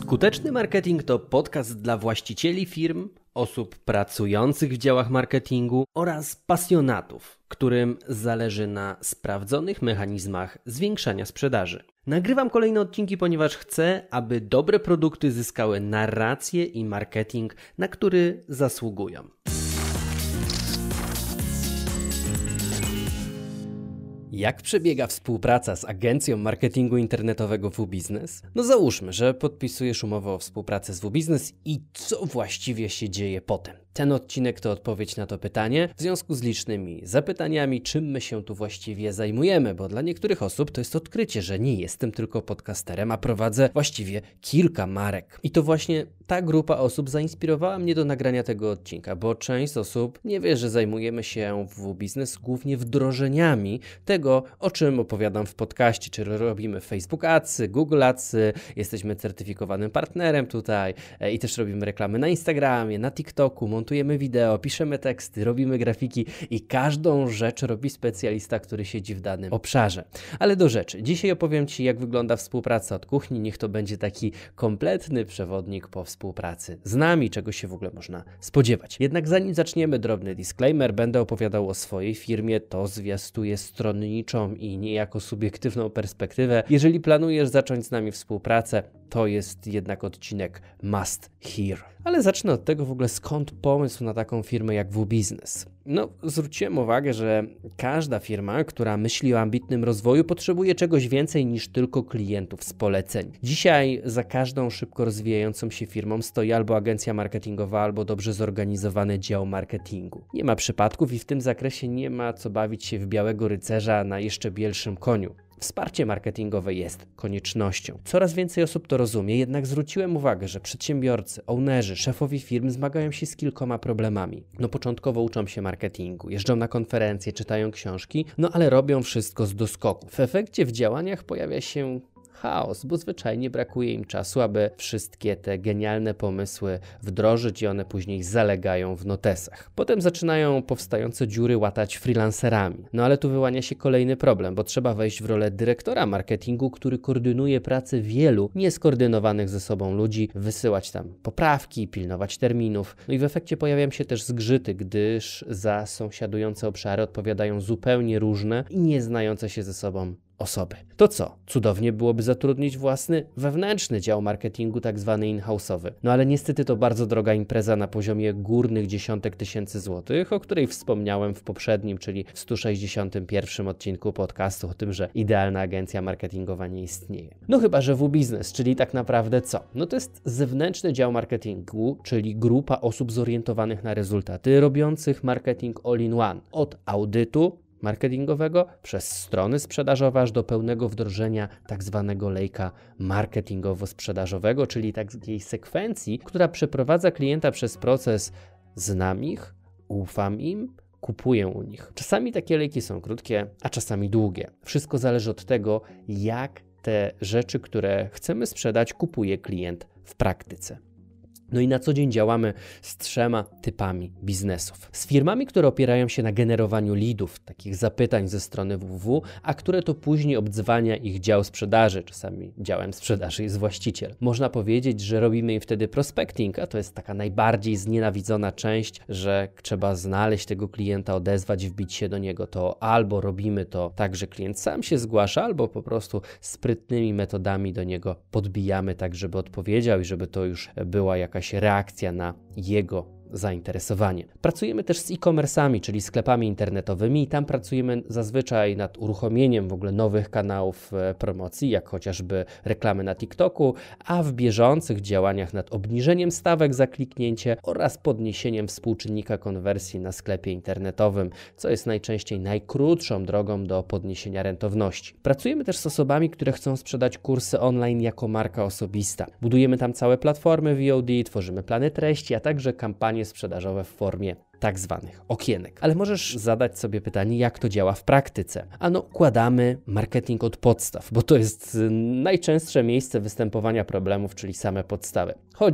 Skuteczny marketing to podcast dla właścicieli firm, osób pracujących w działach marketingu oraz pasjonatów, którym zależy na sprawdzonych mechanizmach zwiększania sprzedaży. Nagrywam kolejne odcinki, ponieważ chcę, aby dobre produkty zyskały narrację i marketing, na który zasługują. Jak przebiega współpraca z agencją marketingu internetowego WBusiness? No załóżmy, że podpisujesz umowę o współpracę z WBusiness i co właściwie się dzieje potem? Ten odcinek to odpowiedź na to pytanie w związku z licznymi zapytaniami, czym my się tu właściwie zajmujemy, bo dla niektórych osób to jest odkrycie, że nie jestem tylko podcasterem, a prowadzę właściwie kilka marek. I to właśnie ta grupa osób zainspirowała mnie do nagrania tego odcinka, bo część osób nie wie, że zajmujemy się w WBusiness głównie wdrożeniami tego, o czym opowiadam w podcaście, czyli robimy Facebook Adsy, Google Adsy, jesteśmy certyfikowanym partnerem tutaj i też robimy reklamy na Instagramie, na TikToku, montujemy wideo, piszemy teksty, robimy grafiki i każdą rzecz robi specjalista, który siedzi w danym obszarze. Ale do rzeczy. Dzisiaj opowiem Ci, jak wygląda współpraca od kuchni. Niech to będzie taki kompletny przewodnik po współpracy z nami, czego się w ogóle można spodziewać. Jednak zanim zaczniemy, drobny disclaimer, będę opowiadał o swojej firmie, to zwiastuje stronniczą i niejako subiektywną perspektywę. Jeżeli planujesz zacząć z nami współpracę, to jest jednak odcinek must hear. Ale zacznę od tego w ogóle, skąd pomysł na taką firmę jak WBusiness. No, zwróciłem uwagę, że każda firma, która myśli o ambitnym rozwoju, potrzebuje czegoś więcej niż tylko klientów z poleceń. Dzisiaj za każdą szybko rozwijającą się firmą stoi albo agencja marketingowa, albo dobrze zorganizowany dział marketingu. Nie ma przypadków i w tym zakresie nie ma co bawić się w białego rycerza na jeszcze bielszym koniu. Wsparcie marketingowe jest koniecznością. Coraz więcej osób to rozumie, jednak zwróciłem uwagę, że przedsiębiorcy, ownerzy, szefowie firm zmagają się z kilkoma problemami. No początkowo uczą się marketingu, jeżdżą na konferencje, czytają książki, no ale robią wszystko z doskoku. W efekcie w działaniach pojawia się chaos, bo zwyczajnie brakuje im czasu, aby wszystkie te genialne pomysły wdrożyć i one później zalegają w notesach. Potem zaczynają powstające dziury łatać freelancerami. No ale tu wyłania się kolejny problem, bo trzeba wejść w rolę dyrektora marketingu, który koordynuje pracę wielu nieskoordynowanych ze sobą ludzi, wysyłać tam poprawki, pilnować terminów. No i w efekcie pojawiają się też zgrzyty, gdyż za sąsiadujące obszary odpowiadają zupełnie różne i nieznające się ze sobą osoby. To co? Cudownie byłoby zatrudnić własny wewnętrzny dział marketingu, tak zwany in-house'owy. No ale niestety to bardzo droga impreza na poziomie górnych dziesiątek tysięcy złotych, o której wspomniałem w poprzednim, czyli w 161 odcinku podcastu o tym, że idealna agencja marketingowa nie istnieje. No chyba, że WBusiness, czyli tak naprawdę co? No to jest zewnętrzny dział marketingu, czyli grupa osób zorientowanych na rezultaty, robiących marketing all in one. Od audytu marketingowego, przez strony sprzedażowe, aż do pełnego wdrożenia tak zwanego lejka marketingowo-sprzedażowego, czyli takiej sekwencji, która przeprowadza klienta przez proces znam ich, ufam im, kupuję u nich. Czasami takie lejki są krótkie, a czasami długie. Wszystko zależy od tego, jak te rzeczy, które chcemy sprzedać, kupuje klient w praktyce. No i na co dzień działamy z 3 typami biznesów. Z firmami, które opierają się na generowaniu leadów, takich zapytań ze strony www, a które to później obdzwania ich dział sprzedaży. Czasami działem sprzedaży jest właściciel. Można powiedzieć, że robimy im wtedy prospecting, a to jest taka najbardziej znienawidzona część, że trzeba znaleźć tego klienta, odezwać, wbić się do niego. To albo robimy to tak, że klient sam się zgłasza, albo po prostu sprytnymi metodami do niego podbijamy tak, żeby odpowiedział i żeby to już była jakaś reakcja na jego zainteresowanie. Pracujemy też z e-commerce'ami, czyli sklepami internetowymi i tam pracujemy zazwyczaj nad uruchomieniem w ogóle nowych kanałów promocji, jak chociażby reklamy na TikToku, a w bieżących działaniach nad obniżeniem stawek za kliknięcie oraz podniesieniem współczynnika konwersji na sklepie internetowym, co jest najczęściej najkrótszą drogą do podniesienia rentowności. Pracujemy też z osobami, które chcą sprzedać kursy online jako marka osobista. Budujemy tam całe platformy VOD, tworzymy plany treści, a także kampanie sprzedażowe w formie tak zwanych okienek. Ale możesz zadać sobie pytanie, jak to działa w praktyce. Ano, układamy marketing od podstaw, bo to jest najczęstsze miejsce występowania problemów, czyli same podstawy. Chodzi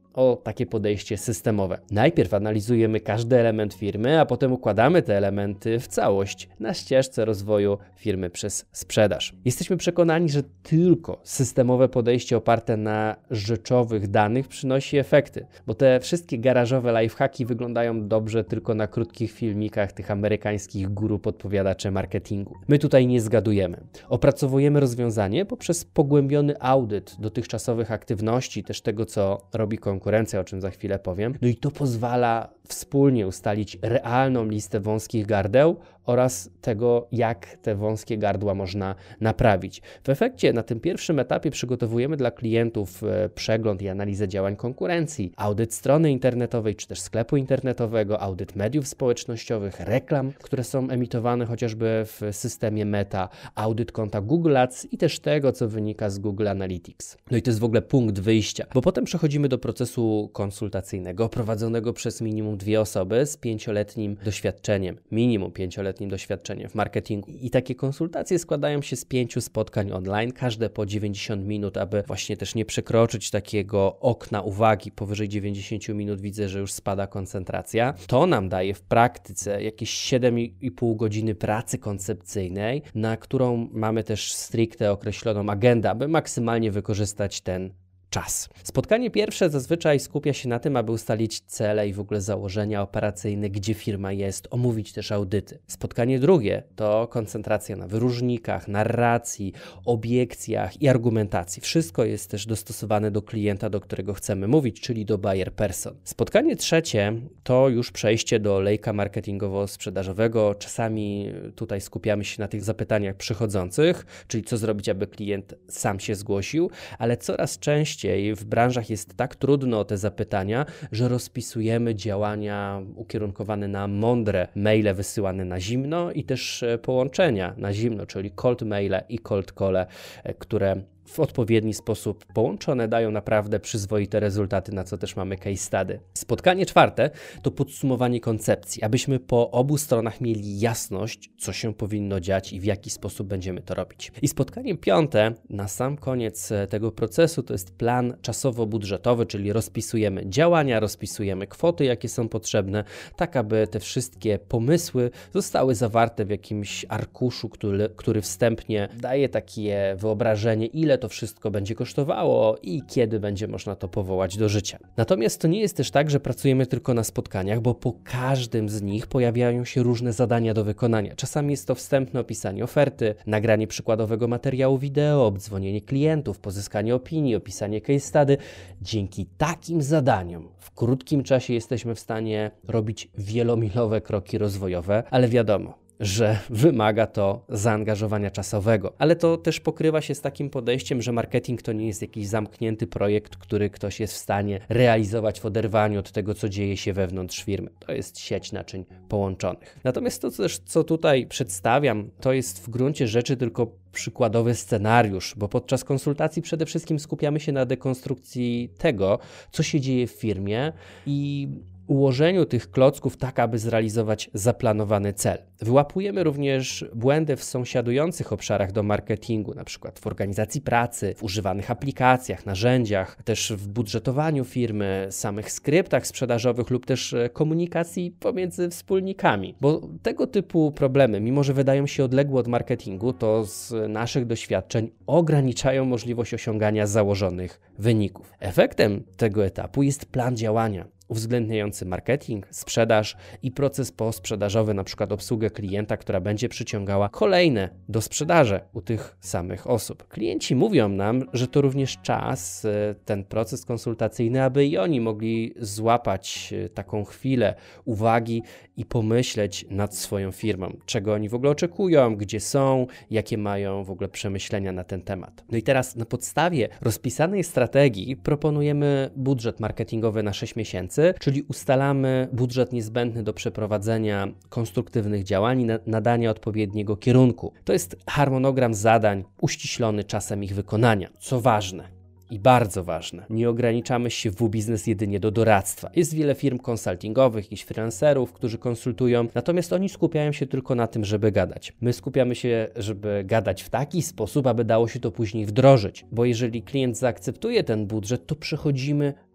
o takie podejście systemowe. Najpierw analizujemy każdy element firmy, a potem układamy te elementy w całość na ścieżce rozwoju firmy przez sprzedaż. Jesteśmy przekonani, że tylko systemowe podejście oparte na rzeczowych danych przynosi efekty, bo te wszystkie garażowe lifehacki wyglądają dobrze tylko na krótkich filmikach tych amerykańskich guru podpowiadaczy marketingu. My tutaj nie zgadujemy. Opracowujemy rozwiązanie poprzez pogłębiony audyt dotychczasowych aktywności, też tego, co robi konkurencja, o czym za chwilę powiem. No i to pozwala wspólnie ustalić realną listę wąskich gardeł oraz tego, jak te wąskie gardła można naprawić. W efekcie na tym pierwszym etapie przygotowujemy dla klientów przegląd i analizę działań konkurencji, audyt strony internetowej czy też sklepu internetowego, audyt mediów społecznościowych, reklam, które są emitowane chociażby w systemie Meta, audyt konta Google Ads i też tego, co wynika z Google Analytics. No i to jest w ogóle punkt wyjścia, bo potem przechodzimy do procesu konsultacyjnego prowadzonego przez minimum 2 osoby z 5-letnim doświadczeniem, minimum 5-letnim doświadczeniem w marketingu. I takie konsultacje składają się z 5 spotkań online, każde po 90 minut, aby właśnie też nie przekroczyć takiego okna uwagi. Powyżej 90 minut widzę, że już spada koncentracja. To nam daje w praktyce jakieś 7,5 godziny pracy koncepcyjnej, na którą mamy też stricte określoną agendę, aby maksymalnie wykorzystać ten czas. Spotkanie pierwsze zazwyczaj skupia się na tym, aby ustalić cele i w ogóle założenia operacyjne, gdzie firma jest, omówić też audyty. Spotkanie drugie to koncentracja na wyróżnikach, narracji, obiekcjach i argumentacji. Wszystko jest też dostosowane do klienta, do którego chcemy mówić, czyli do buyer person. Spotkanie trzecie to już przejście do lejka marketingowo-sprzedażowego. Czasami tutaj skupiamy się na tych zapytaniach przychodzących, czyli co zrobić, aby klient sam się zgłosił, ale coraz częściej w branżach jest tak trudno o te zapytania, że rozpisujemy działania ukierunkowane na mądre maile wysyłane na zimno i też połączenia na zimno, czyli cold maile i cold call, które w odpowiedni sposób połączone dają naprawdę przyzwoite rezultaty, na co też mamy case study. Spotkanie czwarte to podsumowanie koncepcji, abyśmy po obu stronach mieli jasność, co się powinno dziać i w jaki sposób będziemy to robić. I spotkanie piąte, na sam koniec tego procesu, to jest plan czasowo-budżetowy, czyli rozpisujemy działania, rozpisujemy kwoty, jakie są potrzebne, tak aby te wszystkie pomysły zostały zawarte w jakimś arkuszu, który wstępnie daje takie wyobrażenie, ile to wszystko będzie kosztowało i kiedy będzie można to powołać do życia. Natomiast to nie jest też tak, że pracujemy tylko na spotkaniach, bo po każdym z nich pojawiają się różne zadania do wykonania. Czasami jest to wstępne opisanie oferty, nagranie przykładowego materiału wideo, obdzwonienie klientów, pozyskanie opinii, opisanie case study. Dzięki takim zadaniom w krótkim czasie jesteśmy w stanie robić wielomilowe kroki rozwojowe, ale wiadomo, że wymaga to zaangażowania czasowego. Ale to też pokrywa się z takim podejściem, że marketing to nie jest jakiś zamknięty projekt, który ktoś jest w stanie realizować w oderwaniu od tego, co dzieje się wewnątrz firmy. To jest sieć naczyń połączonych. Natomiast to też, co tutaj przedstawiam, to jest w gruncie rzeczy tylko przykładowy scenariusz, bo podczas konsultacji przede wszystkim skupiamy się na dekonstrukcji tego, co się dzieje w firmie i ułożeniu tych klocków tak, aby zrealizować zaplanowany cel. Wyłapujemy również błędy w sąsiadujących obszarach do marketingu, na przykład w organizacji pracy, w używanych aplikacjach, narzędziach, też w budżetowaniu firmy, samych skryptach sprzedażowych lub też komunikacji pomiędzy wspólnikami. Bo tego typu problemy, mimo że wydają się odległe od marketingu, to z naszych doświadczeń ograniczają możliwość osiągania założonych wyników. Efektem tego etapu jest plan działania, uwzględniający marketing, sprzedaż i proces posprzedażowy, na przykład obsługę klienta, która będzie przyciągała kolejne do sprzedaży u tych samych osób. Klienci mówią nam, że to również czas, ten proces konsultacyjny, aby i oni mogli złapać taką chwilę uwagi i pomyśleć nad swoją firmą, czego oni w ogóle oczekują, gdzie są, jakie mają w ogóle przemyślenia na ten temat. No i teraz na podstawie rozpisanej strategii proponujemy budżet marketingowy na 6 miesięcy, czyli ustalamy budżet niezbędny do przeprowadzenia konstruktywnych działań i nadania odpowiedniego kierunku. To jest harmonogram zadań uściślony czasem ich wykonania. Co ważne i bardzo ważne, nie ograniczamy się w W-Biznes jedynie do doradztwa. Jest wiele firm konsultingowych, jakichś freelancerów, którzy konsultują, natomiast oni skupiają się tylko na tym, żeby gadać. My skupiamy się, żeby gadać w taki sposób, aby dało się to później wdrożyć, bo jeżeli klient zaakceptuje ten budżet, to przechodzimy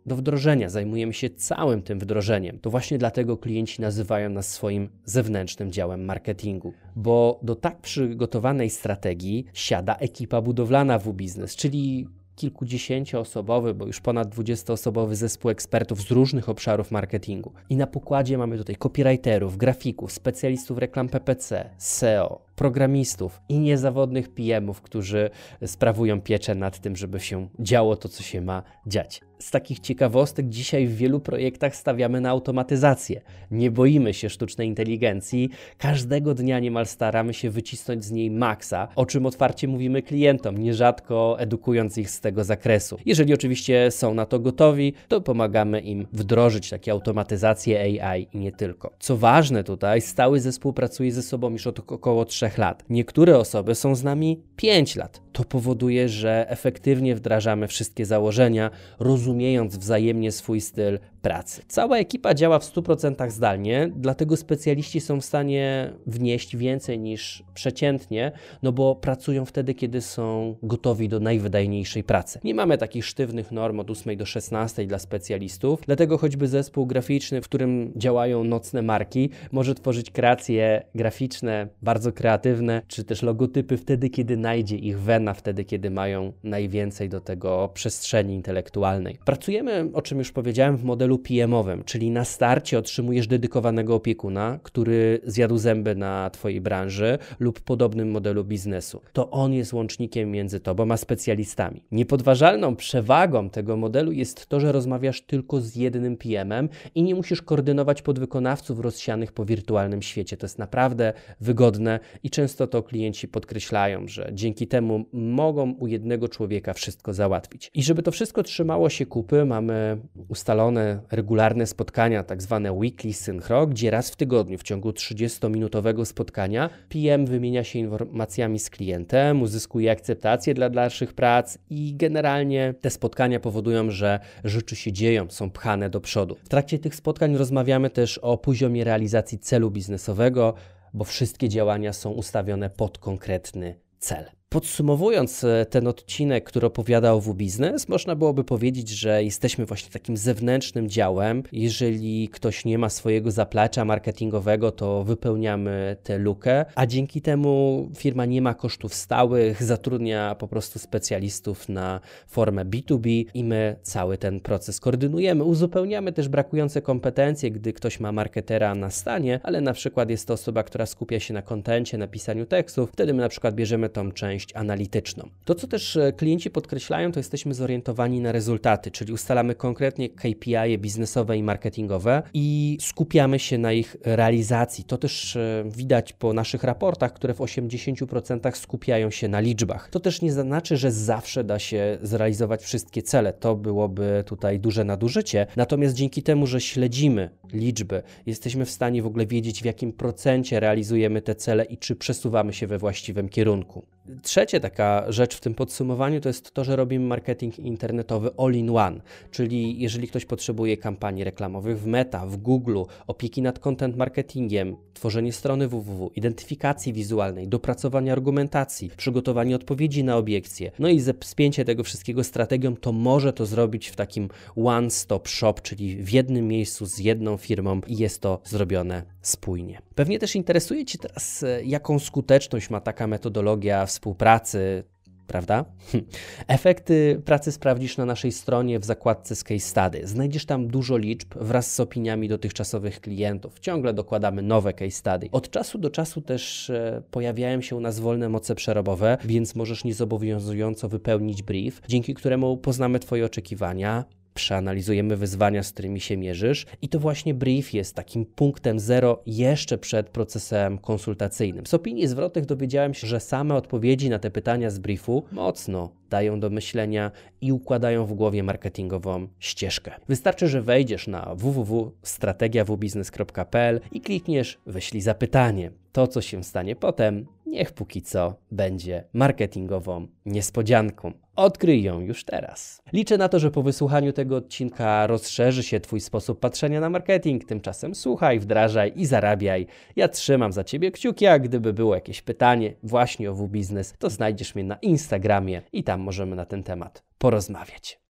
do wdrożenia, zajmujemy się całym tym wdrożeniem. To właśnie dlatego klienci nazywają nas swoim zewnętrznym działem marketingu, bo do tak przygotowanej strategii siada ekipa budowlana WBusiness, czyli kilkudziesięcioosobowy, bo już ponad 20-osobowy zespół ekspertów z różnych obszarów marketingu. I na pokładzie mamy tutaj copywriterów, grafików, specjalistów reklam PPC, SEO, programistów i niezawodnych PM-ów, którzy sprawują pieczę nad tym, żeby się działo to, co się ma dziać. Z takich ciekawostek dzisiaj w wielu projektach stawiamy na automatyzację. Nie boimy się sztucznej inteligencji. Każdego dnia niemal staramy się wycisnąć z niej maksa, o czym otwarcie mówimy klientom, nierzadko edukując ich z tego zakresu. Jeżeli oczywiście są na to gotowi, to pomagamy im wdrożyć takie automatyzacje AI i nie tylko. Co ważne tutaj, stały zespół pracuje ze sobą już od około 3 lat. Niektóre osoby są z nami 5 lat. To powoduje, że efektywnie wdrażamy wszystkie założenia, rozumiejąc wzajemnie swój styl pracy. Cała ekipa działa w 100% zdalnie, dlatego specjaliści są w stanie wnieść więcej niż przeciętnie, no bo pracują wtedy, kiedy są gotowi do najwydajniejszej pracy. Nie mamy takich sztywnych norm od 8 do 16 dla specjalistów, dlatego choćby zespół graficzny, w którym działają nocne marki, może tworzyć kreacje graficzne, bardzo kreatywne, czy też logotypy wtedy, kiedy najdzie ich wena, wtedy, kiedy mają najwięcej do tego przestrzeni intelektualnej. Pracujemy, o czym już powiedziałem, w modelu PM-owym, czyli na starcie otrzymujesz dedykowanego opiekuna, który zjadł zęby na Twojej branży lub podobnym modelu biznesu. To on jest łącznikiem między Tobą a specjalistami. Niepodważalną przewagą tego modelu jest to, że rozmawiasz tylko z jednym PM-em i nie musisz koordynować podwykonawców rozsianych po wirtualnym świecie. To jest naprawdę wygodne i często to klienci podkreślają, że dzięki temu mogą u jednego człowieka wszystko załatwić. I żeby to wszystko trzymało się kupy, mamy ustalone regularne spotkania, tak zwane weekly synchro, gdzie raz w tygodniu w ciągu 30-minutowego spotkania PM wymienia się informacjami z klientem, uzyskuje akceptację dla dalszych prac i generalnie te spotkania powodują, że rzeczy się dzieją, są pchane do przodu. W trakcie tych spotkań rozmawiamy też o poziomie realizacji celu biznesowego, bo wszystkie działania są ustawione pod konkretny cel. Podsumowując ten odcinek, który opowiada o WBusiness, można byłoby powiedzieć, że jesteśmy właśnie takim zewnętrznym działem. Jeżeli ktoś nie ma swojego zaplecza marketingowego, to wypełniamy tę lukę, a dzięki temu firma nie ma kosztów stałych, zatrudnia po prostu specjalistów na formę B2B i my cały ten proces koordynujemy. Uzupełniamy też brakujące kompetencje, gdy ktoś ma marketera na stanie, ale na przykład jest to osoba, która skupia się na kontencie, na pisaniu tekstów. Wtedy my na przykład bierzemy tą część analityczną. To, co też klienci podkreślają, to jesteśmy zorientowani na rezultaty, czyli ustalamy konkretnie KPI biznesowe i marketingowe i skupiamy się na ich realizacji. To też widać po naszych raportach, które w 80% skupiają się na liczbach. To też nie znaczy, że zawsze da się zrealizować wszystkie cele. To byłoby tutaj duże nadużycie. Natomiast dzięki temu, że śledzimy liczby, jesteśmy w stanie w ogóle wiedzieć, w jakim procencie realizujemy te cele i czy przesuwamy się we właściwym kierunku. Trzecia taka rzecz w tym podsumowaniu to jest to, że robimy marketing internetowy all-in-one, czyli jeżeli ktoś potrzebuje kampanii reklamowych w Meta, w Google, opieki nad content marketingiem, tworzenie strony www, identyfikacji wizualnej, dopracowania argumentacji, przygotowanie odpowiedzi na obiekcje, no i spięcie tego wszystkiego strategią, to może to zrobić w takim one-stop shop, czyli w jednym miejscu z jedną firmą i jest to zrobione spójnie. Pewnie też interesuje Cię teraz, jaką skuteczność ma taka metodologia współpracy, prawda? Efekty pracy sprawdzisz na naszej stronie w zakładce z case study. Znajdziesz tam dużo liczb wraz z opiniami dotychczasowych klientów. Ciągle dokładamy nowe case study. Od czasu do czasu też pojawiają się u nas wolne moce przerobowe, więc możesz niezobowiązująco wypełnić brief, dzięki któremu poznamy Twoje oczekiwania, przeanalizujemy wyzwania, z którymi się mierzysz i to właśnie brief jest takim punktem zero jeszcze przed procesem konsultacyjnym. Z opinii zwrotnych dowiedziałem się, że same odpowiedzi na te pytania z briefu mocno dają do myślenia i układają w głowie marketingową ścieżkę. Wystarczy, że wejdziesz na www.strategiawbusiness.pl i klikniesz wyślij zapytanie. To, co się stanie potem, niech póki co będzie marketingową niespodzianką. Odkryj ją już teraz. Liczę na to, że po wysłuchaniu tego odcinka rozszerzy się Twój sposób patrzenia na marketing. Tymczasem słuchaj, wdrażaj i zarabiaj. Ja trzymam za Ciebie kciuki, a gdyby było jakieś pytanie właśnie o WBusiness, to znajdziesz mnie na Instagramie i tam możemy na ten temat porozmawiać.